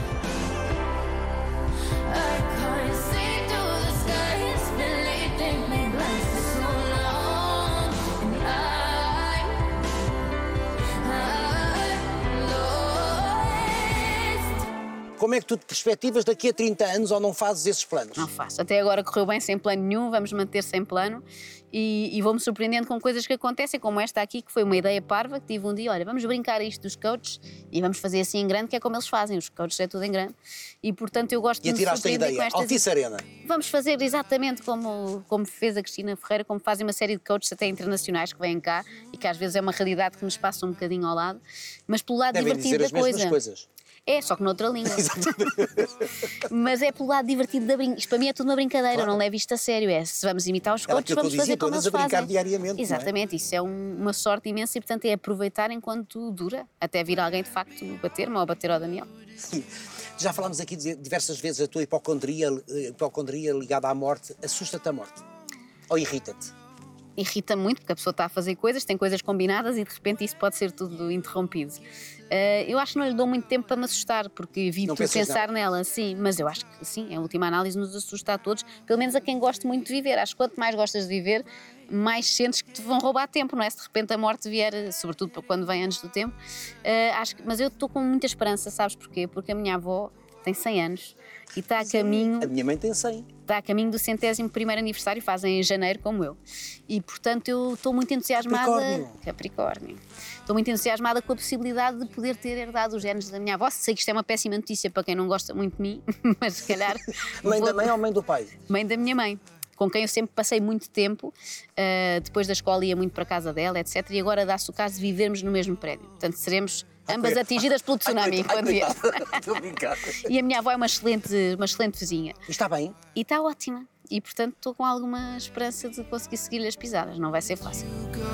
Como é que tu te perspectivas daqui a 30 anos ou não fazes esses planos? Não faço. Até agora correu bem sem plano nenhum, vamos manter sem plano e vou-me surpreendendo com coisas que acontecem, como esta aqui, que foi uma ideia parva, que tive um dia, olha, vamos brincar a isto dos coaches e vamos fazer assim em grande, que é como eles fazem, os coaches é tudo em grande. E portanto eu gosto de me surpreender com estas... Altice Arena. Vamos fazer exatamente como fez a Cristina Ferreira, como fazem uma série de coaches até internacionais que vêm cá e que às vezes é uma realidade que nos passa um bocadinho ao lado, mas pelo lado Devem divertido dizer da as mesmas coisas. É, só que noutra língua. Mas é pelo lado divertido da brincadeira. Isto para mim é tudo uma brincadeira, Claro. não leve isto a sério. É, se vamos imitar os coaches, vamos fazer como eles a brincar fazem. diariamente. Exatamente, isso é uma sorte imensa e, portanto, é aproveitar enquanto dura, até vir alguém, de facto, bater-me ou bater ao Daniel. Não é? Já falámos aqui diversas vezes, a tua hipocondria ligada à morte, assusta-te a morte? Ou irrita-te? Irrita muito, porque a pessoa está a fazer coisas, tem coisas combinadas e de repente isso pode ser tudo interrompido. Eu acho que não lhe dou muito tempo para me assustar, porque evito pensar nela, sim, mas eu acho que sim, em última análise nos assusta a todos, pelo menos a quem gosta muito de viver. Acho que quanto mais gostas de viver, mais sentes que te vão roubar tempo, não é? Se de repente a morte vier, sobretudo quando vem antes do tempo. Mas eu estou com muita esperança, sabes porquê? Porque a minha avó tem 100 anos e está a caminho... A minha mãe tem 100. Está a caminho do 100º aniversário, fazem em janeiro, como eu. E, portanto, eu estou muito entusiasmada... Capricórnio. Estou muito entusiasmada com a possibilidade de poder ter herdado os genes da minha avó. Sei que isto é uma péssima notícia para quem não gosta muito de mim, mas se calhar... Mãe da mãe ou mãe do pai? Mãe da minha mãe, com quem eu sempre passei muito tempo. Depois da escola ia muito para a casa dela, etc. E agora dá-se o caso de vivermos no mesmo prédio. Portanto, seremos... ambas atingidas pelo tsunami quando vier. Estou a brincar. E a minha avó é uma excelente vizinha. E está bem? E está ótima. E, portanto, estou com alguma esperança de conseguir seguir-lhe as pisadas. Não vai ser fácil.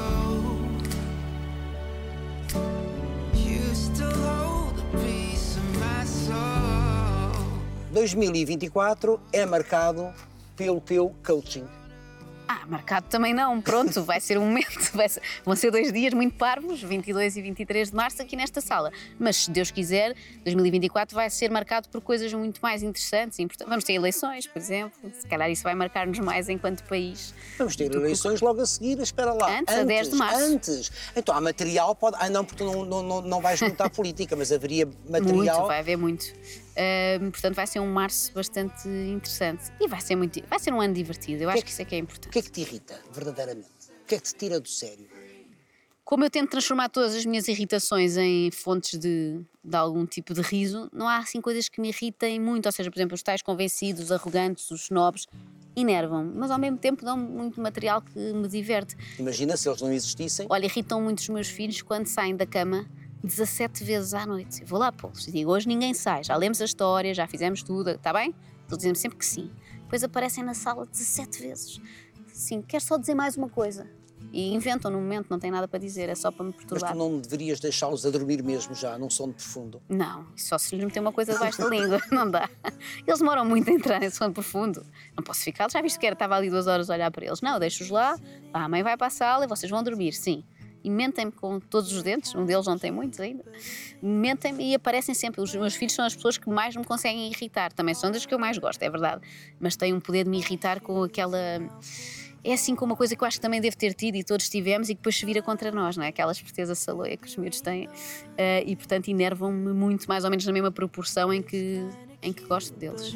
You still hold a piece of my soul. 2024 é marcado pelo teu coaching. Marcado também não, pronto, vai ser um momento, vão ser 2 dias muito parvos, 22 e 23 de março, aqui nesta sala. Mas, se Deus quiser, 2024 vai ser marcado por coisas muito mais interessantes e importantes. Vamos ter eleições, por exemplo, se calhar isso vai marcar-nos mais enquanto país. Vamos ter eleições logo a seguir, espera lá. Antes, a 10 de março. Antes. Então há material, não, porque tu não vais juntar política, mas haveria material... Muito, vai haver muito. Portanto, vai ser um março bastante interessante e vai ser um ano divertido. Eu acho que isso é que é importante. O que é que te irrita, verdadeiramente? O que é que te tira do sério? Como eu tento transformar todas as minhas irritações em fontes de algum tipo de riso, não há assim coisas que me irritem muito. Ou seja, por exemplo, os tais convencidos, os arrogantes, os snobs, enervam-me, mas ao mesmo tempo dão muito material que me diverte. Imagina se eles não existissem. Olha, irritam muito os meus filhos quando saem da cama 17 vezes à noite. Eu vou lá pô-los e digo, hoje ninguém sai, já lemos a história, já fizemos tudo, está bem? Eles dizem sempre que sim. Depois aparecem na sala 17 vezes. Sim, quero só dizer mais uma coisa. E inventam no momento, não tem nada para dizer, é só para me Mas perturbar. tu não deverias deixá-los a dormir mesmo já, num sono profundo. Não, só se lhes meter uma coisa debaixo da língua, não dá. Eles demoram muito a entrar em sono profundo. Não posso ficar, já viste que estava ali 2 horas a olhar para eles. Não, deixo-os lá, a mãe vai para a sala e vocês vão dormir, sim. E mentem-me com todos os dentes, um deles não tem muitos ainda. Mentem-me e aparecem sempre. Os meus filhos são as pessoas que mais me conseguem irritar. Também são das que eu mais gosto, é verdade. Mas têm um poder de me irritar com aquela... É assim como uma coisa que eu acho que também devo ter tido e todos tivemos e que depois se vira contra nós, não é? Aquela esperteza saloia que os miúdos têm e, portanto, enervam-me muito, mais ou menos na mesma proporção em que gosto deles.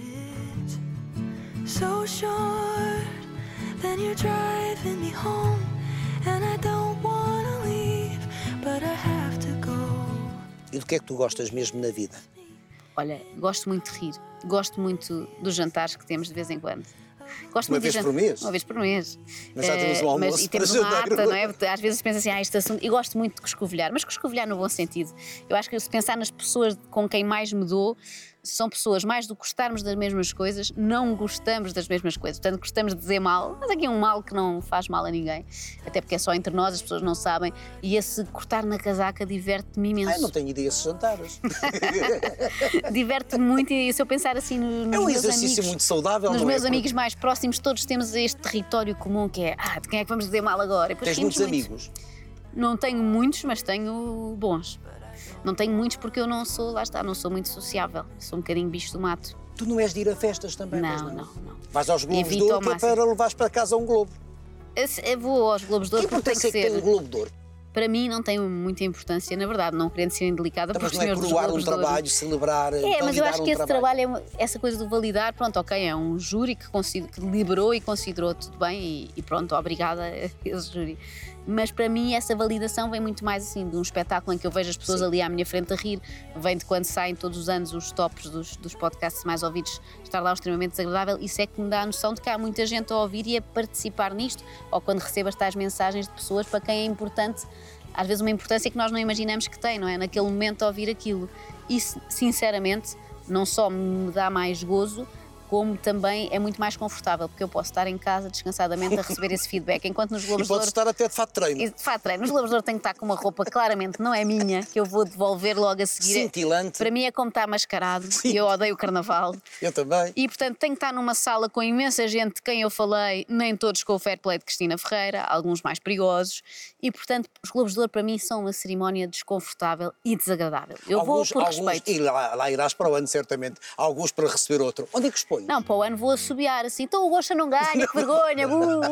So short, then you're driving me home, and I don't wanna leave, but I have to go. E do que é que tu gostas mesmo na vida? Olha, gosto muito de rir, gosto muito dos jantares que temos de vez em quando. Gosto Uma muito vez por mês? Uma vez por mês. Mas já temos um almoço e temos para uma janeiro. ata, não é? Às vezes pensa assim, este assunto... E gosto muito de coscovilhar, mas coscovilhar no bom sentido. Eu acho que se pensar nas pessoas com quem mais me dou, são pessoas, mais do que gostarmos das mesmas coisas, não gostamos das mesmas coisas. Portanto, gostamos de dizer mal, mas aqui é um mal que não faz mal a ninguém. Até porque é só entre nós, as pessoas não sabem. E esse cortar na casaca diverte-me imenso. Não tenho ideia desses jantares. Diverte-me muito e se eu pensar assim nos É um meus exercício amigos, muito saudável, nos não é? meus Porque amigos mais próximos, todos temos este território comum que é de quem é que vamos dizer mal agora? E depois tens rimos muitos muito. amigos. Não tenho muitos, mas tenho bons. Não tenho muitos porque eu não sou, lá está, não sou muito sociável. Sou um bocadinho bicho do mato. Tu não és de ir a festas também, pois Não. Vais aos Globos de Evito Ouro ao que é máximo. para levares para casa um Globo. Eu vou aos Globos de Ouro Que porque tem importância que é que tem ser. o Globo de Ouro? Para mim não tem muita importância, na verdade, não querendo ser indelicada, Mas porque não os é senhores dos coroar um Globos de Ouro... trabalho, celebrar, mas eu validar acho um que esse trabalho. trabalho, essa coisa do validar, pronto, ok, é um júri que deliberou e considerou tudo bem e pronto, obrigada a esse júri. Mas para mim essa validação vem muito mais assim de um espetáculo em que eu vejo as pessoas Sim. ali à minha frente a rir, vem de quando saem todos os anos os tops dos podcasts mais ouvidos, estar lá extremamente desagradável, isso é que me dá a noção de que há muita gente a ouvir e a participar nisto, ou quando recebo as tais mensagens de pessoas para quem é importante, às vezes uma importância que nós não imaginamos que tem, não é? Naquele momento ouvir aquilo. Isso, sinceramente, não só me dá mais gozo, como também é muito mais confortável, porque eu posso estar em casa descansadamente a receber esse feedback, enquanto nos Globos E de Ouro... podes estar até de fato de treino. E de fato, treino. Nos Globos de Ouro tenho que estar com uma roupa claramente que não é minha, que eu vou devolver logo a seguir. Cintilante. Para mim é como estar mascarado, Sim. e eu odeio o carnaval. Eu também. E, portanto, tenho que estar numa sala com imensa gente de quem eu falei, nem todos com o fair play de Cristina Ferreira, alguns mais perigosos. E, portanto, os Globos de Ouro para mim são uma cerimónia desconfortável e desagradável. Eu vou por respeito. E lá irás para o ano, certamente. Alguns para receber outro. Onde é que os pões? Não, para o ano vou assobiar assim, então o Gosta não ganha, que vergonha,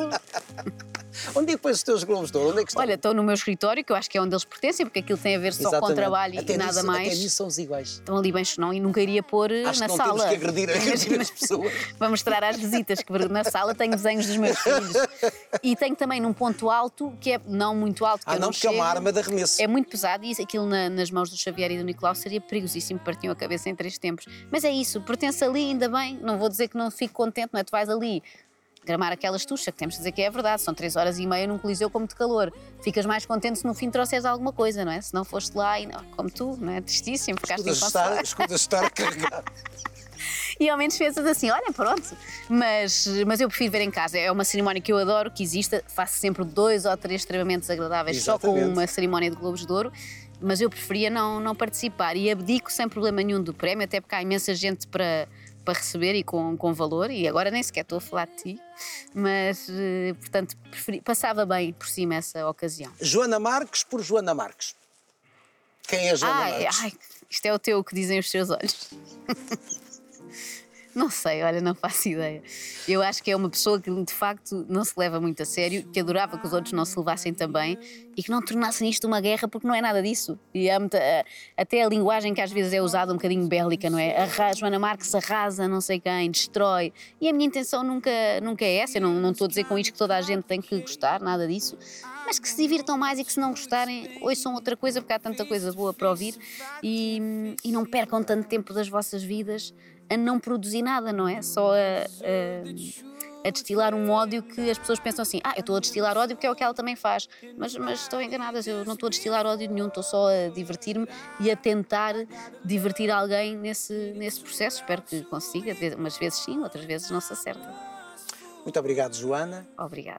Onde é que pões os teus Globos de Ouro? Onde é que estão? Olha, estou no meu escritório, que eu acho que é onde eles pertencem, porque aquilo tem a ver só com Exatamente. trabalho Até e nada nisso, mais. Até nisso somos iguais. Estão ali bem não e nunca iria pôr Acho na que não sala. temos que agredir as pessoas. Para mostrar às visitas que na sala tenho desenhos dos meus filhos. E tenho também num ponto alto, que é não muito alto, que eu Porque é uma arma de arremesso. É muito pesado e aquilo nas mãos do Xavier e do Nicolau seria perigosíssimo, partiam a cabeça em 3 tempos. Mas é isso, pertence ali, ainda bem, não vou dizer que não fico contente, não é? Tu vais ali gramar aquela estucha, que temos de dizer que é verdade, são 3 horas e meia num coliseu com muito calor. Ficas mais contente se no fim trouxeres alguma coisa, não é? Se não foste lá e não, como tu, não é? Tristíssimo, ficaste Escutas estar a carregar. E ao menos pensas assim, olha, pronto. Mas eu prefiro ver em casa. É uma cerimónia que eu adoro, que exista. Faço sempre 2 ou 3 extremamente desagradáveis, Exatamente. só com uma cerimónia de Globos de Ouro. Mas eu preferia não participar. E abdico sem problema nenhum do prémio, até porque há imensa gente para receber e com valor. E agora nem sequer estou a falar de ti. Mas, portanto, passava bem por cima essa ocasião. Joana Marques por Joana Marques. Quem é Joana Marques? Ai, isto é o teu que dizem os teus olhos. Não sei, olha, não faço ideia. Eu acho que é uma pessoa que de facto não se leva muito a sério, que adorava que os outros não se levassem também e que não tornassem isto uma guerra, porque não é nada disso. E até a linguagem que às vezes é usada um bocadinho bélica, não é? Joana Marques arrasa não sei quem, destrói. E a minha intenção nunca é essa. Eu não estou a dizer com isto que toda a gente tem que gostar, nada disso. Mas que se divirtam mais e que se não gostarem, ouçam outra coisa, porque há tanta coisa boa para ouvir e não percam tanto tempo das vossas vidas a não produzir nada, não é? Só a destilar um ódio que as pessoas pensam assim, eu estou a destilar ódio porque é o que ela também faz, mas estão enganadas, eu não estou a destilar ódio nenhum, estou só a divertir-me e a tentar divertir alguém nesse processo. Espero que consiga, umas vezes sim, outras vezes não se acerta. Muito obrigado, Joana. Obrigada.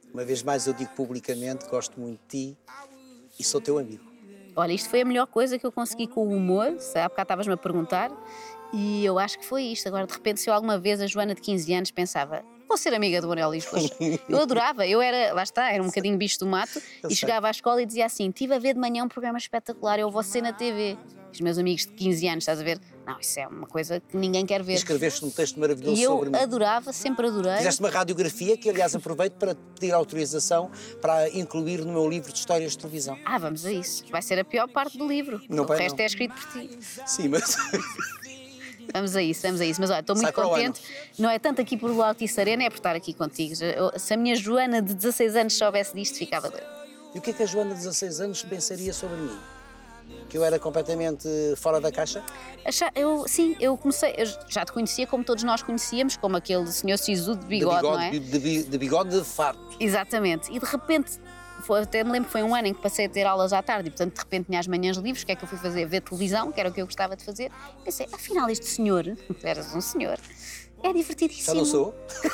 Uma vez mais eu digo publicamente, gosto muito de ti e sou teu amigo. Olha, isto foi a melhor coisa que eu consegui com o humor, há bocado estavas-me a perguntar, e eu acho que foi isto. Agora, de repente, se eu alguma vez, a Joana de 15 anos, pensava, vou ser amiga do Manuel Luís Rocha. Eu adorava, eu era, lá está, era um bocadinho bicho do mato, e chegava à escola e dizia assim, estive a ver de manhã um programa espetacular, eu vou ser na TV. Os meus amigos de 15 anos, estás a ver? Não, isso é uma coisa que ninguém quer ver. Escreveste um texto maravilhoso e eu sobre mim. adorava, sempre adorei. Fizeste uma radiografia que, aliás, aproveito para pedir autorização para incluir no meu livro de histórias de televisão. Vamos a isso. Vai ser a pior parte do livro. Não, o resto é escrito por ti. Sim, mas... Vamos a isso. Mas olha, estou muito contente. Não é tanto aqui por Altice Arena, é por estar aqui contigo. Se a minha Joana de 16 anos soubesse disto, ficava doida. E o que é que a Joana de 16 anos pensaria sobre mim? Que eu era completamente fora da caixa? Eu comecei, eu já te conhecia como todos nós conhecíamos, como aquele senhor sisudo de bigode, não é? De bigode de farto. Exatamente. E de repente, até me lembro que foi um ano em que passei a ter aulas à tarde e, portanto, de repente tinha as manhãs livres. O que é que eu fui fazer? Ver televisão, que era o que eu gostava de fazer. Pensei, afinal, este senhor, eras um senhor, é divertidíssimo. Já não sou?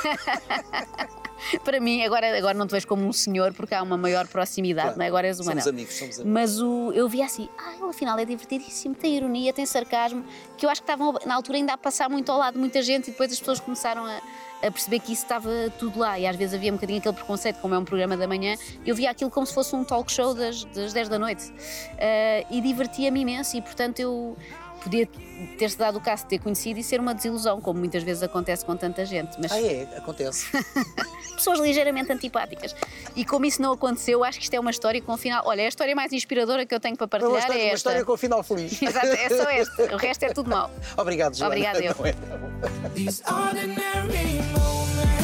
Para mim, agora não te vejo como um senhor porque há uma maior proximidade, claro. Não é? Agora és uma somos amigos. Mas eu via assim, ele afinal é divertidíssimo, tem ironia, tem sarcasmo, que eu acho que estavam na altura ainda a passar muito ao lado de muita gente e depois as pessoas começaram a perceber que isso estava tudo lá e às vezes havia um bocadinho aquele preconceito, como é um programa da manhã, eu via aquilo como se fosse um talk show das 10 da noite e divertia-me imenso e portanto eu podia ter-se dado o caso de ter conhecido e ser uma desilusão, como muitas vezes acontece com tanta gente. Mas... acontece. Pessoas ligeiramente antipáticas. E como isso não aconteceu, acho que isto é uma história com um final... Olha, a história mais inspiradora que eu tenho para partilhar é esta. Uma história com um final feliz. Exato, é só esta. O resto é tudo mau. Obrigado, Joana. Obrigada, eu. These ordinary moments.